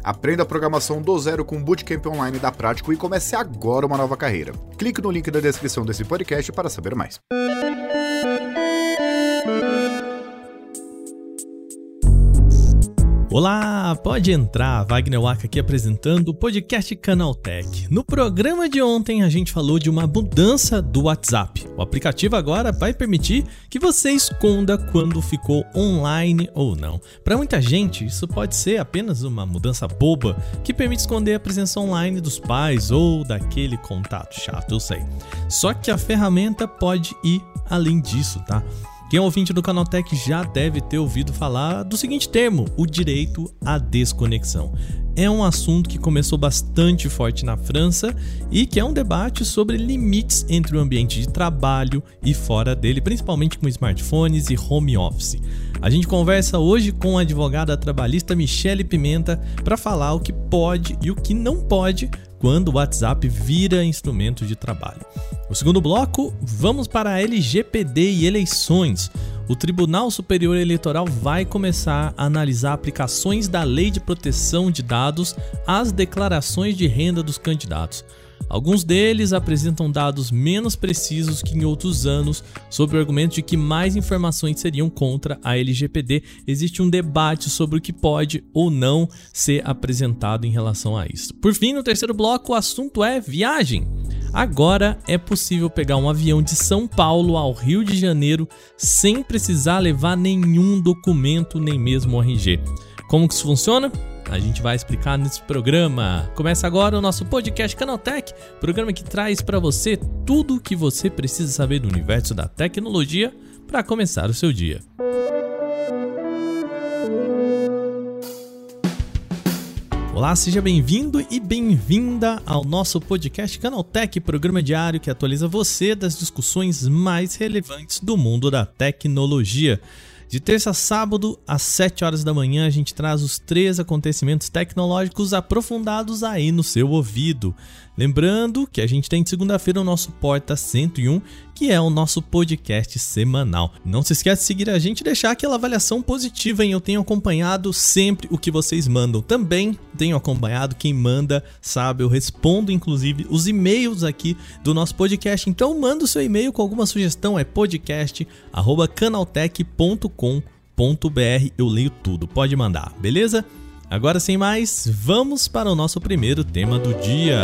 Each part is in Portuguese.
Aprenda a programação do zero com o Bootcamp Online da Prático e comece agora uma nova carreira. Clique no link da descrição desse podcast para saber mais. Olá, pode entrar, Wagner Waka aqui apresentando o podcast Canaltech. No programa de ontem a gente falou de uma mudança do WhatsApp. O aplicativo agora vai permitir que você esconda quando ficou online ou não. Para muita gente, isso pode ser apenas uma mudança boba que permite esconder a presença online dos pais ou daquele contato chato, eu sei. Só que a ferramenta pode ir além disso, tá? Quem é ouvinte do Canaltech já deve ter ouvido falar do seguinte termo, o direito à desconexão. É um assunto que começou bastante forte na França e que é um debate sobre limites entre o ambiente de trabalho e fora dele, principalmente com smartphones e home office. A gente conversa hoje com a advogada trabalhista Michele Pimenta para falar o que pode e o que não pode quando o WhatsApp vira instrumento de trabalho. No segundo bloco, vamos para a LGPD e eleições. O Tribunal Superior Eleitoral vai começar a analisar aplicações da Lei de Proteção de Dados às declarações de renda dos candidatos. Alguns deles apresentam dados menos precisos que em outros anos, sob o argumento de que mais informações seriam contra a LGPD. Existe um debate sobre o que pode ou não ser apresentado em relação a isso. Por fim, no terceiro bloco, o assunto é viagem. Agora é possível pegar um avião de São Paulo ao Rio de Janeiro sem precisar levar nenhum documento, nem mesmo o RG. Como que isso funciona? A gente vai explicar nesse programa. Começa agora o nosso podcast Canaltech, programa que traz para você tudo o que você precisa saber do universo da tecnologia para começar o seu dia. Olá, seja bem-vindo e bem-vinda ao nosso podcast Canaltech, programa diário que atualiza você das discussões mais relevantes do mundo da tecnologia. De terça a sábado, às 7 horas da manhã, a gente traz os 3 acontecimentos tecnológicos aprofundados aí no seu ouvido. Lembrando que a gente tem de segunda-feira o nosso Porta 101, que é o nosso podcast semanal. Não se esqueça de seguir a gente e deixar aquela avaliação positiva, hein? Eu tenho acompanhado sempre o que vocês mandam. Também tenho acompanhado quem manda, sabe? Eu respondo, inclusive, os e-mails aqui do nosso podcast. Então, manda o seu e-mail com alguma sugestão, é podcast@canaltech.com.br. Eu leio tudo, pode mandar, beleza? Agora, sem mais, vamos para o nosso primeiro tema do dia.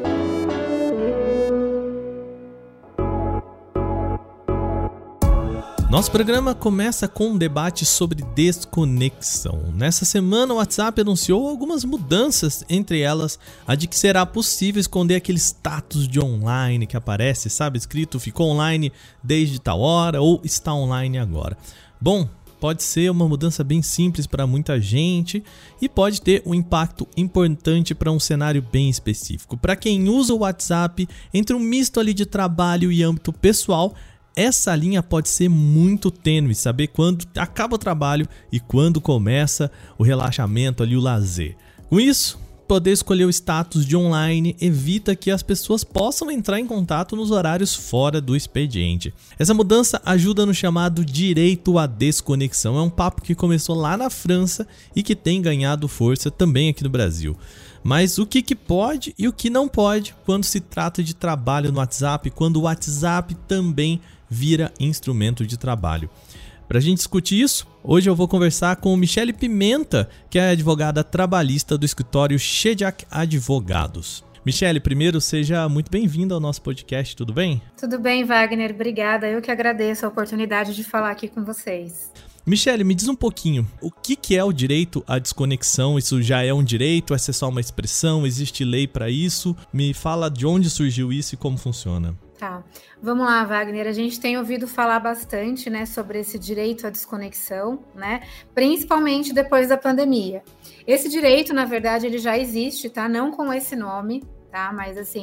Nosso programa começa com um debate sobre desconexão. Nessa semana, o WhatsApp anunciou algumas mudanças, entre elas a de que será possível esconder aquele status de online que aparece, sabe, escrito ficou online desde tal hora ou está online agora. Bom, pode ser uma mudança bem simples para muita gente e pode ter um impacto importante para um cenário bem específico. Para quem usa o WhatsApp, entre um misto ali de trabalho e âmbito pessoal, essa linha pode ser muito tênue, saber quando acaba o trabalho e quando começa o relaxamento ali, o lazer. Com isso, poder escolher o status de online evita que as pessoas possam entrar em contato nos horários fora do expediente. Essa mudança ajuda no chamado direito à desconexão. É um papo que começou lá na França e que tem ganhado força também aqui no Brasil. Mas o que pode e o que não pode quando se trata de trabalho no WhatsApp, quando o WhatsApp também vira instrumento de trabalho. Para a gente discutir isso, hoje eu vou conversar com Michele Pimenta, que é advogada trabalhista do escritório Shediac Advogados. Michele, primeiro, seja muito bem-vinda ao nosso podcast, tudo bem? Tudo bem, Wagner, obrigada. Eu que agradeço a oportunidade de falar aqui com vocês. Michele, me diz um pouquinho, o que é o direito à desconexão? Isso já é um direito? Essa é só uma expressão? Existe lei para isso? Me fala de onde surgiu isso e como funciona. Tá, vamos lá, Wagner. A gente tem ouvido falar bastante, né, sobre esse direito à desconexão, né, principalmente depois da pandemia. Esse direito, na verdade, ele já existe, tá? Não com esse nome, tá? Mas assim,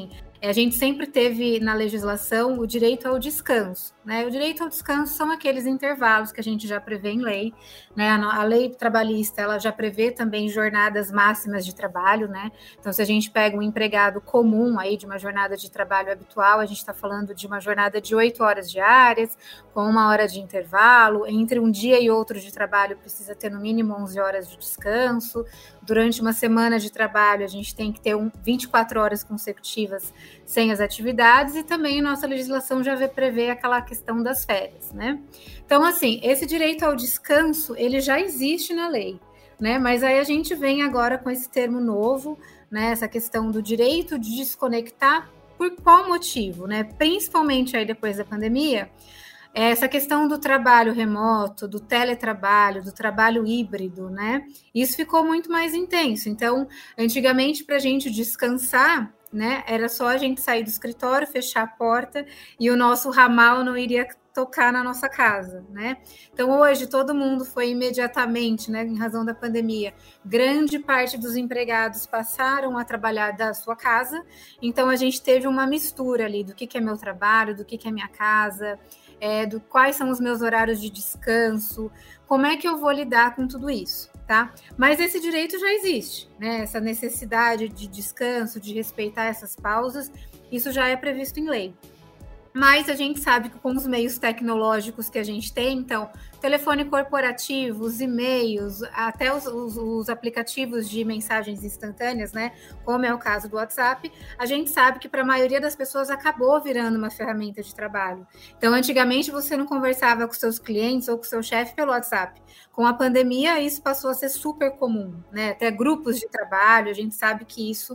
a gente sempre teve na legislação o direito ao descanso, né? O direito ao descanso são aqueles intervalos que a gente já prevê em lei, né? A lei trabalhista, ela já prevê também jornadas máximas de trabalho, né? Então, se a gente pega um empregado comum aí de uma jornada de trabalho habitual, a gente está falando de uma jornada de 8 horas diárias, com 1 hora de intervalo, entre um dia e outro de trabalho precisa ter no mínimo 11 horas de descanso. Durante uma semana de trabalho, a gente tem que ter 24 horas consecutivas sem as atividades, e também nossa legislação já prevê aquela questão das férias, né? Então, assim, esse direito ao descanso, ele já existe na lei, né? Mas aí a gente vem agora com esse termo novo, né? Essa questão do direito de desconectar, por qual motivo, né? Principalmente aí depois da pandemia, essa questão do trabalho remoto, do teletrabalho, do trabalho híbrido, né? Isso ficou muito mais intenso. Então, antigamente, para a gente descansar, né, era só a gente sair do escritório, fechar a porta e o nosso ramal não iria tocar na nossa casa, né? Então, hoje, todo mundo foi imediatamente, né, em razão da pandemia, grande parte dos empregados passaram a trabalhar da sua casa. Então, a gente teve uma mistura ali do que é meu trabalho, do que é minha casa, do quais são os meus horários de descanso, como é que eu vou lidar com tudo isso, tá? Mas esse direito já existe, né? Essa necessidade de descanso, de respeitar essas pausas, isso já é previsto em lei. Mas a gente sabe que com os meios tecnológicos que a gente tem, então, telefone corporativo, os e-mails, até os aplicativos de mensagens instantâneas, né, como é o caso do WhatsApp, a gente sabe que para a maioria das pessoas acabou virando uma ferramenta de trabalho. Então, antigamente você não conversava com seus clientes ou com seu chefe pelo WhatsApp. Com a pandemia, isso passou a ser super comum, né? Até grupos de trabalho, a gente sabe que isso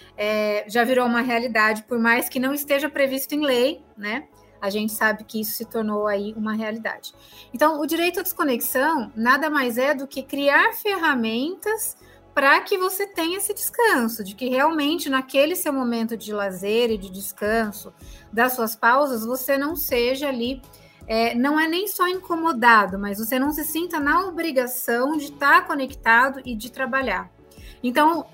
já virou uma realidade, por mais que não esteja previsto em lei, né? A gente sabe que isso se tornou aí uma realidade. Então, o direito à desconexão nada mais é do que criar ferramentas para que você tenha esse descanso, de que realmente naquele seu momento de lazer e de descanso, das suas pausas, você não seja ali, não é nem só incomodado, mas você não se sinta na obrigação de estar conectado e de trabalhar. Então,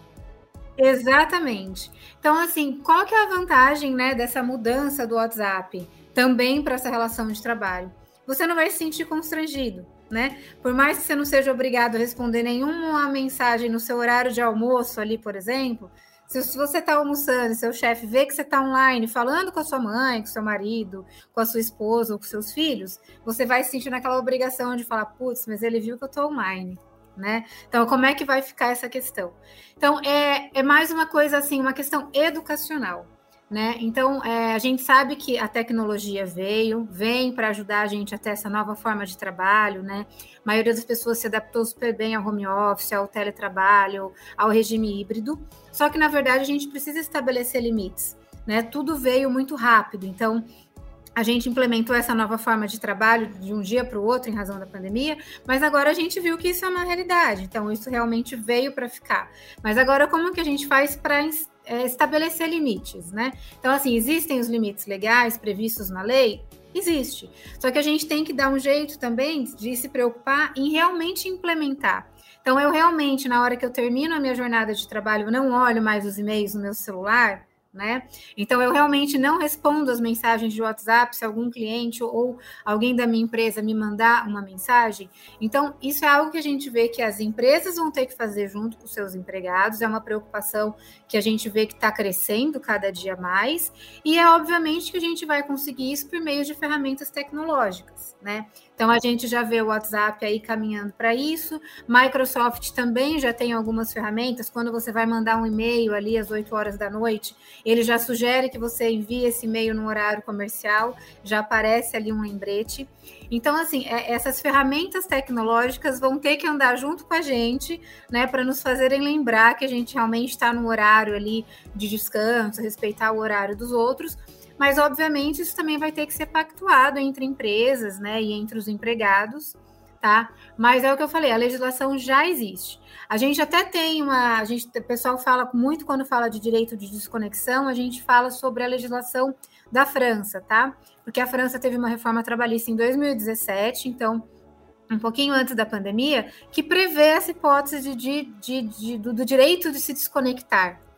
exatamente. Então, assim, qual que é a vantagem, né, dessa mudança do WhatsApp também para essa relação de trabalho? Você não vai se sentir constrangido, né? Por mais que você não seja obrigado a responder nenhuma mensagem no seu horário de almoço ali, por exemplo, se você está almoçando e seu chefe vê que você está online falando com a sua mãe, com o seu marido, com a sua esposa ou com seus filhos, você vai se sentir naquela obrigação de falar, putz, mas ele viu que eu estou online. Né? Então, como é que vai ficar essa questão? Então, é mais uma coisa assim, uma questão educacional, né? Então, a gente sabe que a tecnologia vem para ajudar a gente a ter essa nova forma de trabalho, né? A maioria das pessoas se adaptou super bem ao home office, ao teletrabalho, ao regime híbrido, só que, na verdade, a gente precisa estabelecer limites, né? Tudo veio muito rápido, então a gente implementou essa nova forma de trabalho de um dia para o outro em razão da pandemia, mas agora a gente viu que isso é uma realidade, então isso realmente veio para ficar. Mas agora como que a gente faz para estabelecer limites, né? Então, assim, existem os limites legais previstos na lei? Existe. Só que a gente tem que dar um jeito também de se preocupar em realmente implementar. Então, eu realmente, na hora que eu termino a minha jornada de trabalho, eu não olho mais os e-mails no meu celular, né? Então, eu realmente não respondo as mensagens de WhatsApp se algum cliente ou alguém da minha empresa me mandar uma mensagem. Então, isso é algo que a gente vê que as empresas vão ter que fazer junto com os seus empregados, é uma preocupação que a gente vê que está crescendo cada dia mais, e é obviamente que a gente vai conseguir isso por meio de ferramentas tecnológicas, né? Então, a gente já vê o WhatsApp aí caminhando para isso, Microsoft também já tem algumas ferramentas, quando você vai mandar um e-mail ali às 8 horas da noite, ele já sugere que você envie esse e-mail no horário comercial, já aparece ali um lembrete. Então, assim, essas ferramentas tecnológicas vão ter que andar junto com a gente, né, para nos fazerem lembrar que a gente realmente está no horário ali de descanso, respeitar o horário dos outros, mas, obviamente, isso também vai ter que ser pactuado entre empresas, né, e entre os empregados, tá? Mas é o que eu falei, a legislação já existe. A gente até tem o pessoal fala muito quando fala de direito de desconexão, a gente fala sobre a legislação da França, tá? Porque a França teve uma reforma trabalhista em 2017, então, um pouquinho antes da pandemia, que prevê essa hipótese do direito de se desconectar,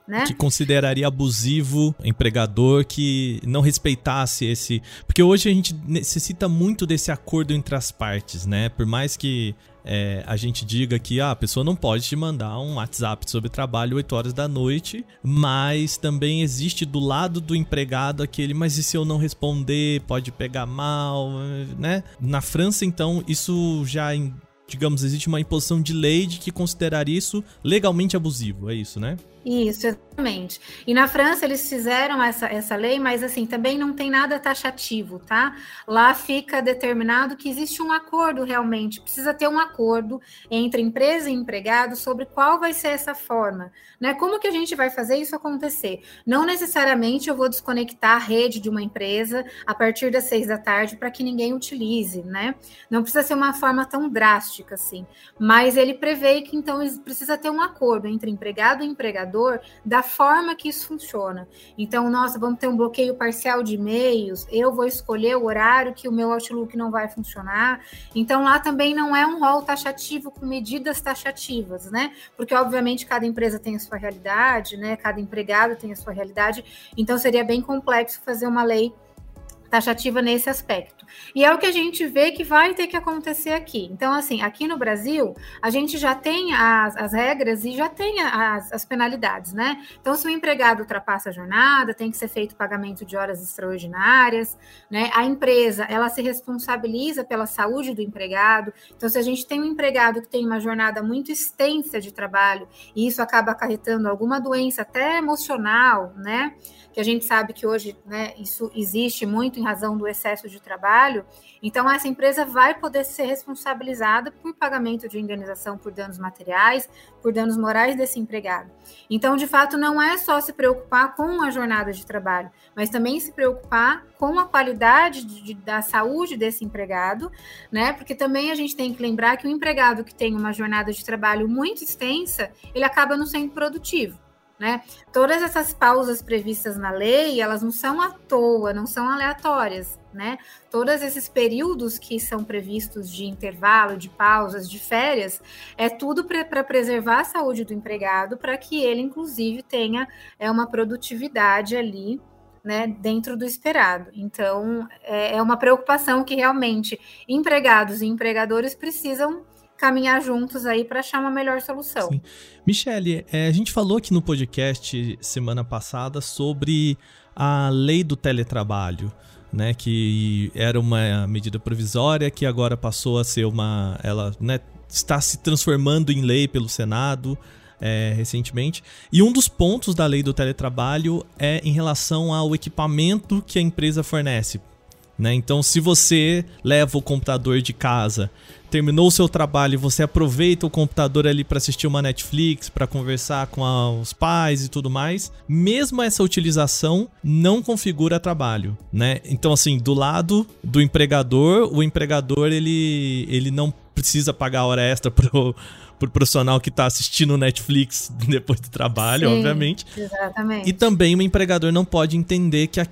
né? Que consideraria abusivo o empregador que não respeitasse esse... Porque hoje a gente necessita muito desse acordo entre as partes, né? Por mais que a gente diga que a pessoa não pode te mandar um WhatsApp sobre trabalho 8 horas da noite, mas também existe do lado do empregado aquele, mas e se eu não responder, pode pegar mal, né? Na França, então, isso já... digamos, existe uma imposição de lei de que consideraria isso legalmente abusivo, é isso, né? Isso, exatamente. E na França eles fizeram essa lei, mas assim, também não tem nada taxativo, tá? Lá fica determinado que existe um acordo realmente, precisa ter um acordo entre empresa e empregado sobre qual vai ser essa forma, né? Como que a gente vai fazer isso acontecer? Não necessariamente eu vou desconectar a rede de uma empresa a partir das 6 da tarde para que ninguém utilize, né? Não precisa ser uma forma tão drástica assim, mas ele prevê que então precisa ter um acordo entre empregado e empregador da forma que isso funciona. Então, nossa, vamos ter um bloqueio parcial de e-mails, eu vou escolher o horário que o meu Outlook não vai funcionar. Então, lá também não é um rol taxativo com medidas taxativas, né? Porque, obviamente, cada empresa tem a sua realidade, né? Cada empregado tem a sua realidade. Então, seria bem complexo fazer uma lei taxativa nesse aspecto. E é o que a gente vê que vai ter que acontecer aqui. Então, assim, aqui no Brasil, a gente já tem as regras e já tem as penalidades, né? Então, se o empregado ultrapassa a jornada, tem que ser feito pagamento de horas extraordinárias, né? A empresa, ela se responsabiliza pela saúde do empregado. Então, se a gente tem um empregado que tem uma jornada muito extensa de trabalho e isso acaba acarretando alguma doença até emocional, né? Que a gente sabe que hoje, né, isso existe muito em razão do excesso de trabalho, então essa empresa vai poder ser responsabilizada por pagamento de indenização por danos materiais, por danos morais desse empregado. Então, de fato, não é só se preocupar com a jornada de trabalho, mas também se preocupar com a qualidade da saúde desse empregado, né? Porque também a gente tem que lembrar que o empregado que tem uma jornada de trabalho muito extensa, ele acaba não sendo produtivo. Né? Todas essas pausas previstas na lei, elas não são à toa, não são aleatórias, né? Todos esses períodos que são previstos de intervalo, de pausas, de férias, é tudo para preservar a saúde do empregado, para que ele, inclusive, tenha uma produtividade ali, né, dentro do esperado. Então, é uma preocupação que realmente empregados e empregadores precisam caminhar juntos aí para achar uma melhor solução. Sim. Michele, a gente falou aqui no podcast semana passada sobre a lei do teletrabalho, né, que era uma medida provisória que agora passou a ser ela, né, está se transformando em lei pelo Senado recentemente. E um dos pontos da lei do teletrabalho é em relação ao equipamento que a empresa fornece. Né? Então, se você leva o computador de casa, terminou o seu trabalho e você aproveita o computador ali para assistir uma Netflix, para conversar com os pais e tudo mais, mesmo essa utilização não configura trabalho, né? Então, assim, do lado do empregador, o empregador ele não precisa pagar hora extra pro profissional que está assistindo Netflix depois do trabalho, sim, obviamente. Exatamente. E também o empregador não pode entender que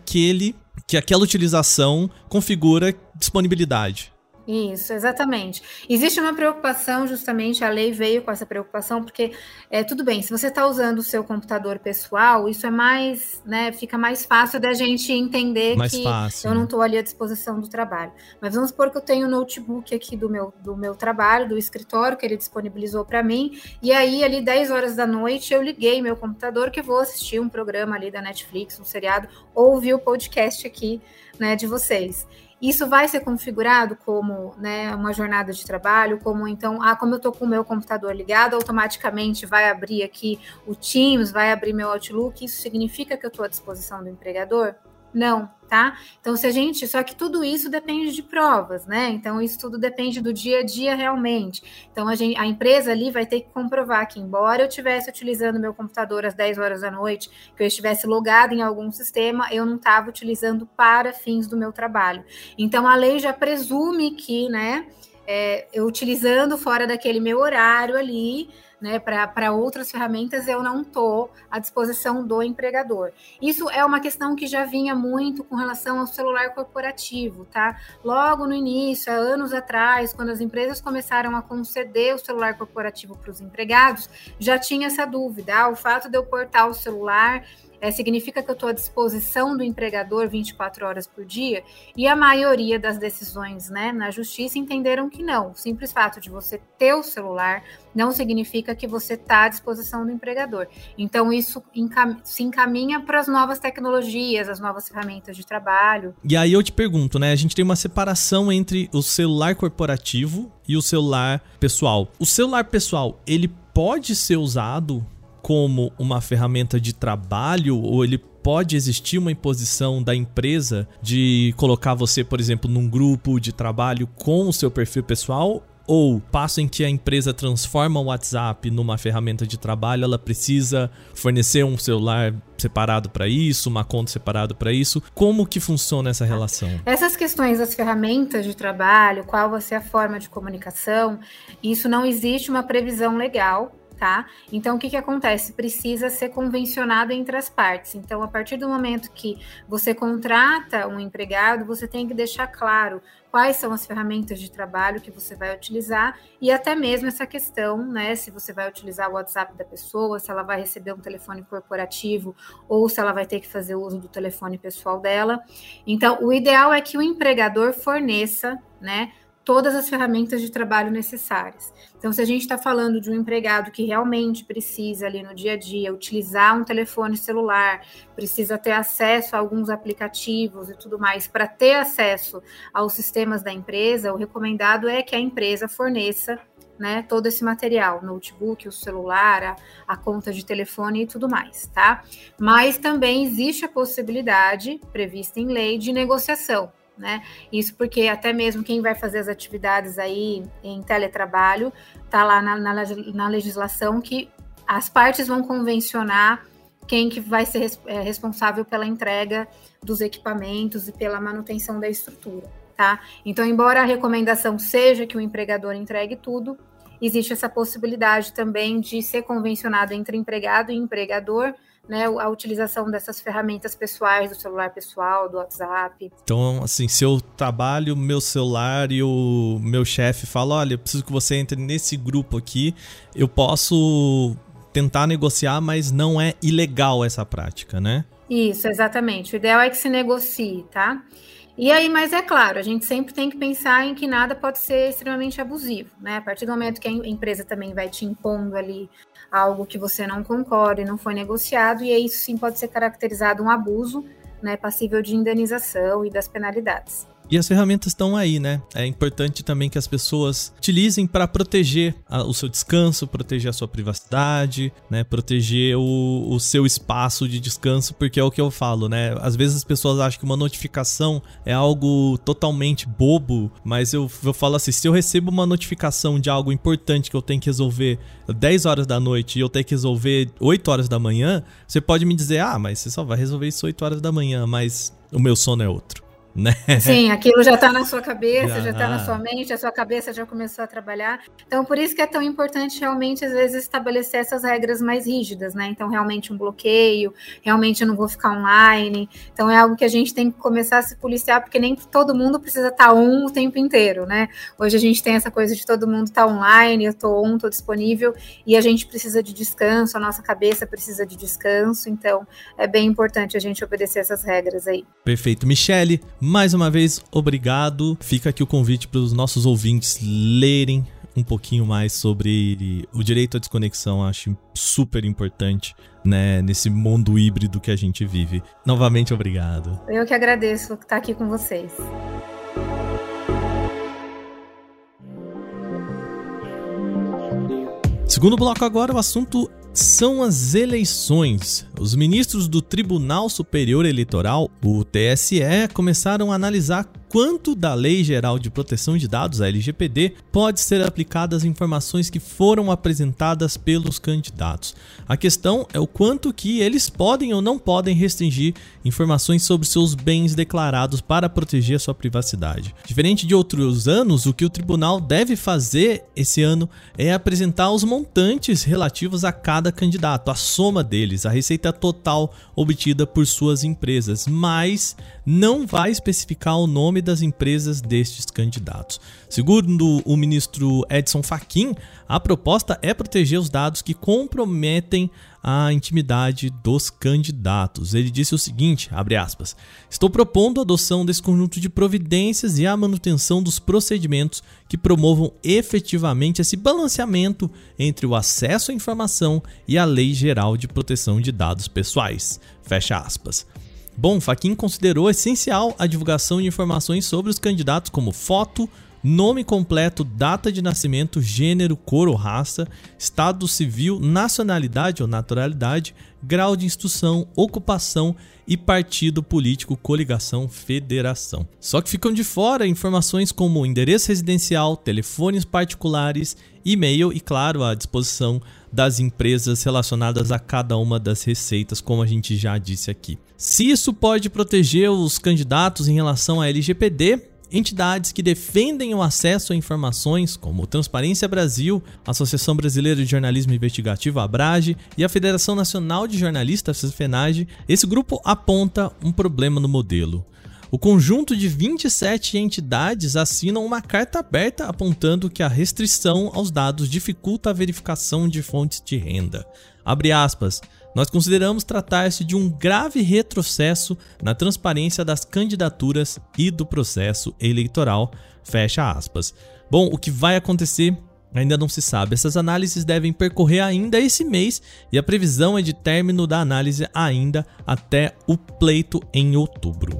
aquela utilização configura disponibilidade. Isso, exatamente. Existe uma preocupação, justamente, a lei veio com essa preocupação, porque, tudo bem, se você está usando o seu computador pessoal, isso é mais, né, fica mais fácil da gente entender mais que fácil, eu não estou ali à disposição do trabalho. Mas vamos supor que eu tenho o notebook aqui do meu trabalho, do escritório, que ele disponibilizou para mim, e aí, ali, 10 horas da noite, eu liguei meu computador, que vou assistir um programa ali da Netflix, um seriado, ou ouvir o podcast aqui, né, de vocês. Isso vai ser configurado como, né, uma jornada de trabalho, como então, como eu estou com o meu computador ligado, automaticamente vai abrir aqui o Teams, vai abrir meu Outlook, isso significa que eu estou à disposição do empregador? Não, tá? Então, só que tudo isso depende de provas, né? Então, isso tudo depende do dia a dia realmente. Então, a empresa ali vai ter que comprovar que, embora eu estivesse utilizando meu computador às 10 horas da noite, que eu estivesse logado em algum sistema, eu não estava utilizando para fins do meu trabalho. Então, a lei já presume que, né, eu utilizando fora daquele meu horário ali, né, para outras ferramentas, eu não estou à disposição do empregador. Isso é uma questão que já vinha muito com relação ao celular corporativo, tá? Logo no início, há anos atrás, quando as empresas começaram a conceder o celular corporativo para os empregados, já tinha essa dúvida, o fato de eu portar o celular significa que eu estou à disposição do empregador 24 horas por dia, e a maioria das decisões, né, na justiça entenderam que não. O simples fato de você ter o celular não significa que você está à disposição do empregador. Então, isso se encaminha para as novas tecnologias, as novas ferramentas de trabalho. E aí eu te pergunto, né, a gente tem uma separação entre o celular corporativo e o celular pessoal. O celular pessoal, ele pode ser usado como uma ferramenta de trabalho, ou ele pode existir uma imposição da empresa de colocar você, por exemplo, num grupo de trabalho com o seu perfil pessoal? Ou passo em que a empresa transforma o WhatsApp numa ferramenta de trabalho, ela precisa fornecer um celular separado para isso, uma conta separada para isso? Como que funciona essa relação? Essas questões das ferramentas de trabalho, qual vai ser a forma de comunicação, isso não existe uma previsão legal. Tá? Então, o que acontece? Precisa ser convencionado entre as partes. Então, a partir do momento que você contrata um empregado, você tem que deixar claro quais são as ferramentas de trabalho que você vai utilizar, e até mesmo essa questão, né, se você vai utilizar o WhatsApp da pessoa, se ela vai receber um telefone corporativo ou se ela vai ter que fazer uso do telefone pessoal dela. Então, o ideal é que o empregador forneça, né, todas as ferramentas de trabalho necessárias. Então, se a gente está falando de um empregado que realmente precisa ali no dia a dia utilizar um telefone celular, precisa ter acesso a alguns aplicativos e tudo mais, para ter acesso aos sistemas da empresa, o recomendado é que a empresa forneça, né, todo esse material, notebook, o celular, a conta de telefone e tudo mais, tá? Mas também existe a possibilidade, prevista em lei, de negociação. Né? Isso porque até mesmo quem vai fazer as atividades aí em teletrabalho, está lá na legislação que as partes vão convencionar quem que vai ser responsável pela entrega dos equipamentos e pela manutenção da estrutura, tá? Então, embora a recomendação seja que o empregador entregue tudo, existe essa possibilidade também de ser convencionado entre empregado e empregador, né, a utilização dessas ferramentas pessoais, do celular pessoal, do WhatsApp. Então, assim, se eu trabalho meu celular e o meu chefe fala, olha, eu preciso que você entre nesse grupo aqui, eu posso tentar negociar, mas não é ilegal essa prática, né? Isso, exatamente. O ideal é que se negocie, tá? E aí, mas é claro, a gente sempre tem que pensar em que nada pode ser extremamente abusivo, né? A partir do momento que a empresa também vai te impondo ali algo que você não concorda e não foi negociado, e aí isso sim pode ser caracterizado um abuso, né, passível de indenização e das penalidades. E as ferramentas estão aí, né? É importante também que as pessoas utilizem para proteger o seu descanso, proteger a sua privacidade, né? Proteger o seu espaço de descanso, porque é o que eu falo, né? Às vezes as pessoas acham que uma notificação é algo totalmente bobo, mas eu falo assim, se eu recebo uma notificação de algo importante que eu tenho que resolver 10 horas da noite e eu tenho que resolver 8 horas da manhã, você pode me dizer, mas você só vai resolver isso 8 horas da manhã, mas o meu sono é outro. Né? Sim, aquilo já está na sua cabeça, já está na sua mente, a sua cabeça já começou a trabalhar. Então, por isso que é tão importante realmente, às vezes, estabelecer essas regras mais rígidas, né? Então, realmente um bloqueio, realmente eu não vou ficar online. Então, é algo que a gente tem que começar a se policiar, porque nem todo mundo precisa estar on o tempo inteiro, né? Hoje a gente tem essa coisa de todo mundo estar online, eu estou on, estou disponível, e a gente precisa de descanso, a nossa cabeça precisa de descanso, então é bem importante a gente obedecer essas regras aí. Perfeito. Michele, mais uma vez, obrigado. Fica aqui o convite para os nossos ouvintes lerem um pouquinho mais sobre o direito à desconexão. Acho super importante, né, nesse mundo híbrido que a gente vive. Novamente, obrigado. Eu que agradeço estar aqui com vocês. Segundo bloco agora, o assunto são as eleições. Os ministros do Tribunal Superior Eleitoral, o TSE, começaram a analisar quanto da Lei Geral de Proteção de Dados, a LGPD, pode ser aplicada às informações que foram apresentadas pelos candidatos. A questão é o quanto que eles podem ou não podem restringir informações sobre seus bens declarados para proteger a sua privacidade. Diferente de outros anos, o que o tribunal deve fazer esse ano é apresentar os montantes relativos a cada candidato, a soma deles, a receita total obtida por suas empresas, mas não vai especificar o nome das empresas destes candidatos. Segundo o ministro Edson Fachin, a proposta é proteger os dados que comprometem a intimidade dos candidatos. Ele disse o seguinte, abre aspas, estou propondo a adoção desse conjunto de providências e a manutenção dos procedimentos que promovam efetivamente esse balanceamento entre o acesso à informação e a Lei Geral de Proteção de Dados Pessoais. Fecha aspas. Bom, Fachin considerou essencial a divulgação de informações sobre os candidatos como foto, nome completo, data de nascimento, gênero, cor ou raça, estado civil, nacionalidade ou naturalidade, grau de instrução, ocupação e partido político, coligação, federação. Só que ficam de fora informações como endereço residencial, telefones particulares, e-mail e, claro, a disposição das empresas relacionadas a cada uma das receitas, como a gente já disse aqui. Se isso pode proteger os candidatos em relação à LGPD, entidades que defendem o acesso a informações, como Transparência Brasil, a Associação Brasileira de Jornalismo Investigativo, a ABRAGE, e a Federação Nacional de Jornalistas, a FENAGE, esse grupo aponta um problema no modelo. O conjunto de 27 entidades assinam uma carta aberta apontando que a restrição aos dados dificulta a verificação de fontes de renda. Abre aspas. Nós consideramos tratar-se de um grave retrocesso na transparência das candidaturas e do processo eleitoral. Fecha aspas. Bom, o que vai acontecer ainda não se sabe. Essas análises devem percorrer ainda esse mês e a previsão é de término da análise ainda até o pleito em outubro.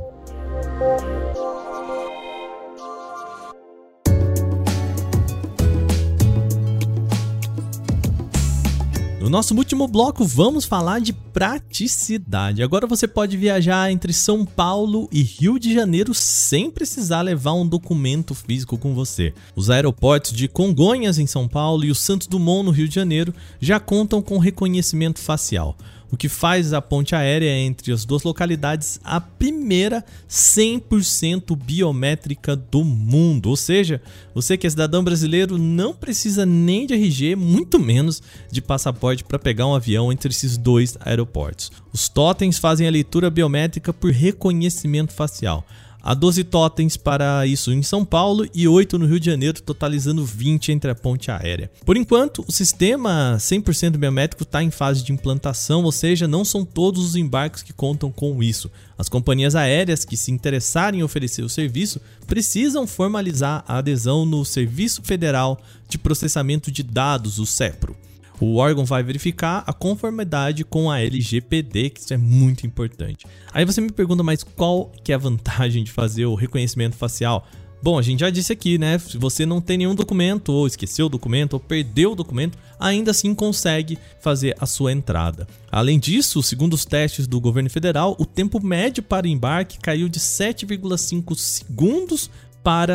No nosso último bloco, vamos falar de praticidade. Agora você pode viajar entre São Paulo e Rio de Janeiro sem precisar levar um documento físico com você. Os aeroportos de Congonhas, em São Paulo, e o Santos Dumont, no Rio de Janeiro, já contam com reconhecimento facial, o que faz a ponte aérea entre as duas localidades a primeira 100% biométrica do mundo. Ou seja, você que é cidadão brasileiro não precisa nem de RG, muito menos de passaporte para pegar um avião entre esses dois aeroportos. Os totens fazem a leitura biométrica por reconhecimento facial. Há 12 totens para isso em São Paulo e 8 no Rio de Janeiro, totalizando 20 entre a ponte aérea. Por enquanto, o sistema 100% biométrico está em fase de implantação, ou seja, não são todos os embarques que contam com isso. As companhias aéreas que se interessarem em oferecer o serviço precisam formalizar a adesão no Serviço Federal de Processamento de Dados, o SEPRO. O órgão vai verificar a conformidade com a LGPD, que isso é muito importante. Aí você me pergunta, mas qual que é a vantagem de fazer o reconhecimento facial? Bom, a gente já disse aqui, né? Se você não tem nenhum documento, ou esqueceu o documento, ou perdeu o documento, ainda assim consegue fazer a sua entrada. Além disso, segundo os testes do governo federal, o tempo médio para o embarque caiu de 7,5 segundos para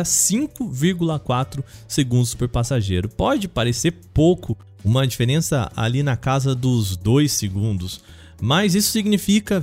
5,4 segundos por passageiro. Pode parecer pouco, uma diferença ali na casa dos 2 segundos, mas isso significa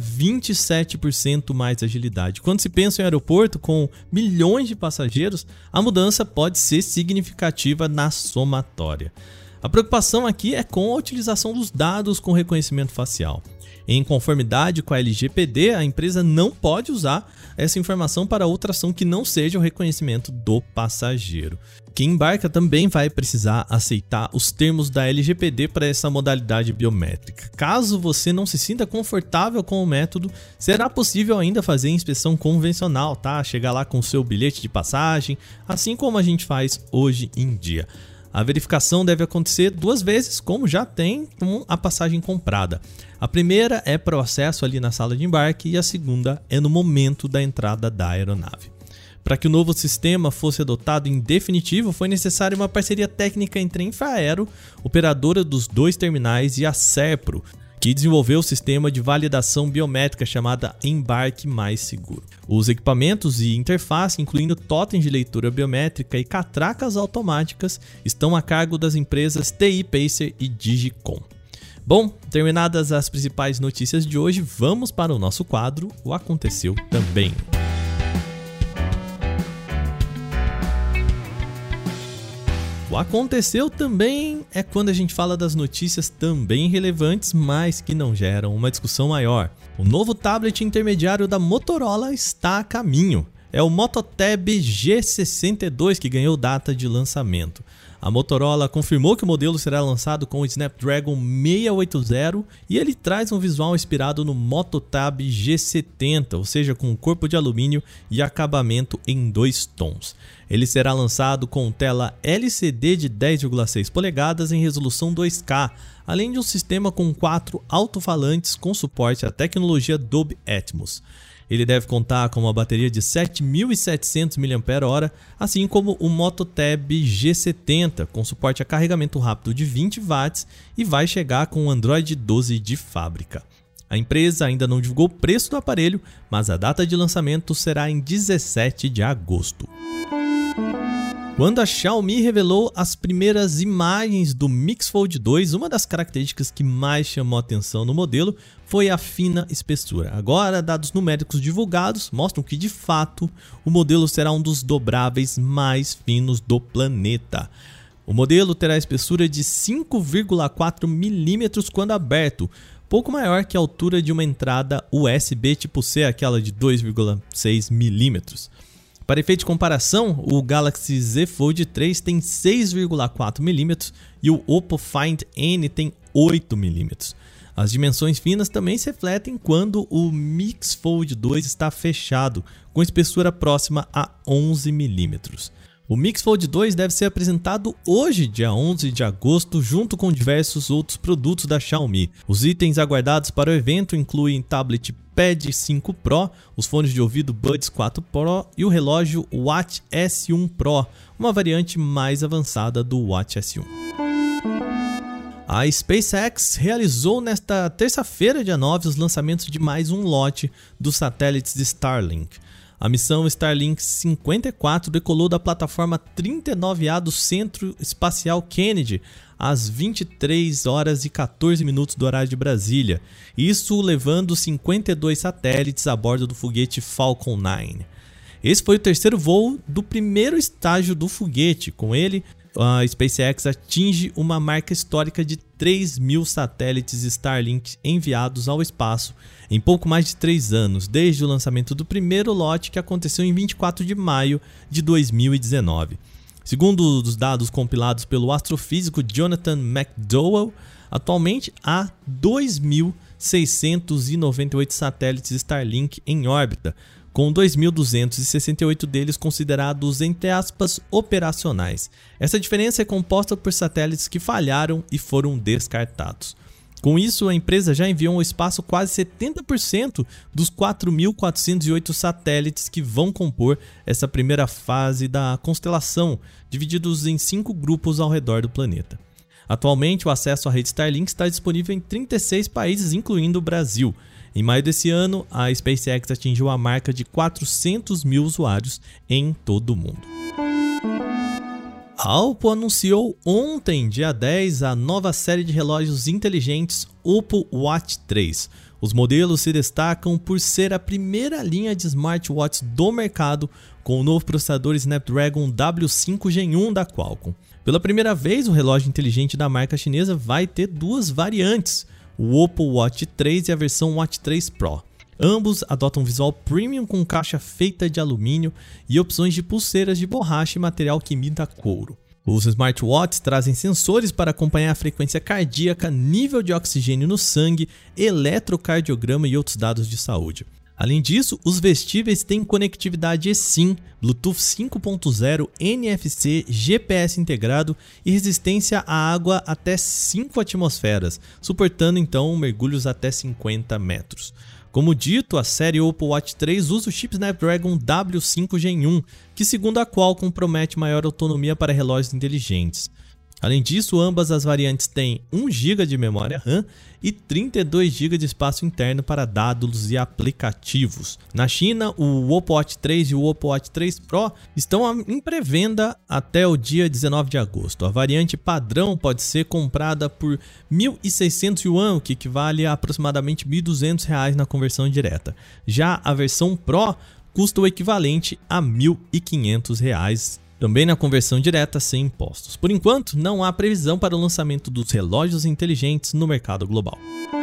27% mais agilidade. Quando se pensa em aeroporto com milhões de passageiros, a mudança pode ser significativa na somatória. A preocupação aqui é com a utilização dos dados com reconhecimento facial. Em conformidade com a LGPD, a empresa não pode usar essa informação para outra ação que não seja o reconhecimento do passageiro. Quem embarca também vai precisar aceitar os termos da LGPD para essa modalidade biométrica. Caso você não se sinta confortável com o método, será possível ainda fazer inspeção convencional, tá? Chegar lá com o seu bilhete de passagem, assim como a gente faz hoje em dia. A verificação deve acontecer 2 vezes, como já tem com a passagem comprada. A primeira é para o acesso ali na sala de embarque e a segunda é no momento da entrada da aeronave. Para que o novo sistema fosse adotado em definitivo, foi necessária uma parceria técnica entre a Infraero, operadora dos 2 terminais, e a SEPRO, que desenvolveu o sistema de validação biométrica chamada Embarque Mais Seguro. Os equipamentos e interface, incluindo totens de leitura biométrica e catracas automáticas, estão a cargo das empresas TI Pacer e Digicom. Bom, terminadas as principais notícias de hoje, vamos para o nosso quadro O Aconteceu Também. O Aconteceu Também é quando a gente fala das notícias também relevantes, mas que não geram uma discussão maior. O novo tablet intermediário da Motorola está a caminho. É o Moto Tab G62 que ganhou data de lançamento. A Motorola confirmou que o modelo será lançado com o Snapdragon 680 e ele traz um visual inspirado no Moto Tab G70, ou seja, com corpo de alumínio e acabamento em 2 tons. Ele será lançado com tela LCD de 10,6 polegadas em resolução 2K, além de um sistema com 4 alto-falantes com suporte à tecnologia Dolby Atmos. Ele deve contar com uma bateria de 7.700 mAh, assim como o Moto Tab G70, com suporte a carregamento rápido de 20 watts e vai chegar com o Android 12 de fábrica. A empresa ainda não divulgou o preço do aparelho, mas a data de lançamento será em 17 de agosto. Quando a Xiaomi revelou as primeiras imagens do Mix Fold 2, uma das características que mais chamou a atenção no modelo foi a fina espessura. Agora, dados numéricos divulgados mostram que, de fato, o modelo será um dos dobráveis mais finos do planeta. O modelo terá a espessura de 5,4 mm quando aberto, pouco maior que a altura de uma entrada USB tipo C, aquela de 2,6 mm. Para efeito de comparação, o Galaxy Z Fold 3 tem 6,4 mm e o Oppo Find N tem 8 mm. As dimensões finas também se refletem quando o Mix Fold 2 está fechado, com espessura próxima a 11 mm. O Mix Fold 2 deve ser apresentado hoje, dia 11 de agosto, junto com diversos outros produtos da Xiaomi. Os itens aguardados para o evento incluem tablet Pad 5 Pro, os fones de ouvido Buds 4 Pro e o relógio Watch S1 Pro, uma variante mais avançada do Watch S1. A SpaceX realizou nesta terça-feira, dia 9, os lançamentos de mais um lote dos satélites de Starlink. A missão Starlink 54 decolou da plataforma 39A do Centro Espacial Kennedy às 23 horas e 14 minutos do horário de Brasília, isso levando 52 satélites a bordo do foguete Falcon 9. Esse foi o terceiro voo do primeiro estágio do foguete. Com ele, a SpaceX atinge uma marca histórica de 3.000 satélites Starlink enviados ao espaço em pouco mais de 3 anos, desde o lançamento do primeiro lote, que aconteceu em 24 de maio de 2019. Segundo os dados compilados pelo astrofísico Jonathan McDowell, atualmente há 2.698 satélites Starlink em órbita, com 2.268 deles considerados, entre aspas, operacionais. Essa diferença é composta por satélites que falharam e foram descartados. Com isso, a empresa já enviou ao espaço quase 70% dos 4.408 satélites que vão compor essa primeira fase da constelação, divididos em 5 grupos ao redor do planeta. Atualmente, o acesso à rede Starlink está disponível em 36 países, incluindo o Brasil. Em maio desse ano, a SpaceX atingiu a marca de 400 mil usuários em todo o mundo. A Oppo anunciou ontem, dia 10, a nova série de relógios inteligentes Oppo Watch 3. Os modelos se destacam por ser a primeira linha de smartwatches do mercado com o novo processador Snapdragon W5 Gen 1 da Qualcomm. Pela primeira vez, o relógio inteligente da marca chinesa vai ter 2 variantes, o Oppo Watch 3 e a versão Watch 3 Pro. Ambos adotam um visual premium com caixa feita de alumínio e opções de pulseiras de borracha e material que imita couro. Os smartwatches trazem sensores para acompanhar a frequência cardíaca, nível de oxigênio no sangue, eletrocardiograma e outros dados de saúde. Além disso, os vestíveis têm conectividade eSIM, Bluetooth 5.0, NFC, GPS integrado e resistência à água até 5 atmosferas, suportando então mergulhos até 50 metros. Como dito, a série Oppo Watch 3 usa o chip Snapdragon W5 Gen 1, que segundo a Qualcomm promete maior autonomia para relógios inteligentes. Além disso, ambas as variantes têm 1 GB de memória RAM e 32 GB de espaço interno para dados e aplicativos. Na China, o Oppo Watch 3 e o Oppo Watch 3 Pro estão em pré-venda até o dia 19 de agosto. A variante padrão pode ser comprada por 1.600 yuan, o que equivale a aproximadamente R$ 1.200 na conversão direta. Já a versão Pro custa o equivalente a R$ 1.500, também na conversão direta sem impostos. Por enquanto, não há previsão para o lançamento dos relógios inteligentes no mercado global.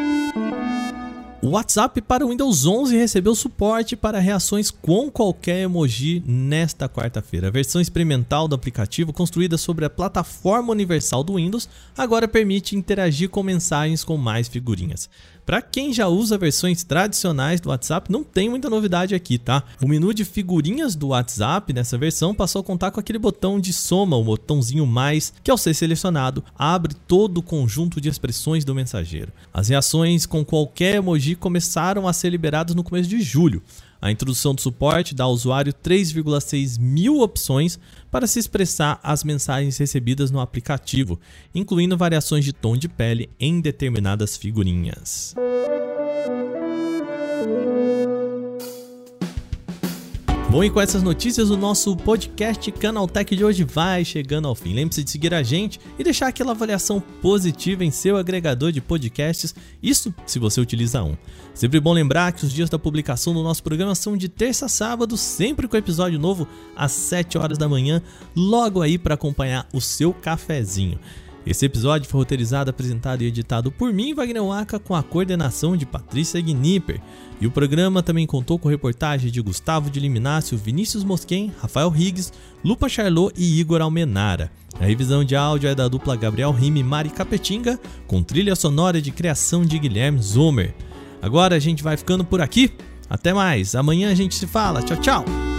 O WhatsApp para o Windows 11 recebeu suporte para reações com qualquer emoji nesta quarta-feira. A versão experimental do aplicativo, construída sobre a plataforma universal do Windows, agora permite interagir com mensagens com mais figurinhas. Para quem já usa versões tradicionais do WhatsApp, não tem muita novidade aqui, tá? O menu de figurinhas do WhatsApp nessa versão passou a contar com aquele botão de soma, o botãozinho mais, que ao ser selecionado, abre todo o conjunto de expressões do mensageiro. As reações com qualquer emoji começaram a ser liberadas no começo de julho. A introdução do suporte dá ao usuário 3,6 mil opções para se expressar as mensagens recebidas no aplicativo, incluindo variações de tom de pele em determinadas figurinhas. Bom, e com essas notícias, o nosso podcast Canaltech de hoje vai chegando ao fim. Lembre-se de seguir a gente e deixar aquela avaliação positiva em seu agregador de podcasts, isso se você utiliza um. Sempre bom lembrar que os dias da publicação do nosso programa são de terça a sábado, sempre com episódio novo às 7 horas da manhã, logo aí para acompanhar o seu cafezinho. Esse episódio foi roteirizado, apresentado e editado por mim, Wagner Waka, com a coordenação de Patrícia Gnipper. E o programa também contou com reportagem de Gustavo de Liminácio, Vinícius Mosquen, Rafael Riggs, Lupa Charlot e Igor Almenara. A revisão de áudio é da dupla Gabriel Rime e Mari Capetinga, com trilha sonora de criação de Guilherme Zomer. Agora a gente vai ficando por aqui. Até mais. Amanhã a gente se fala. Tchau, tchau.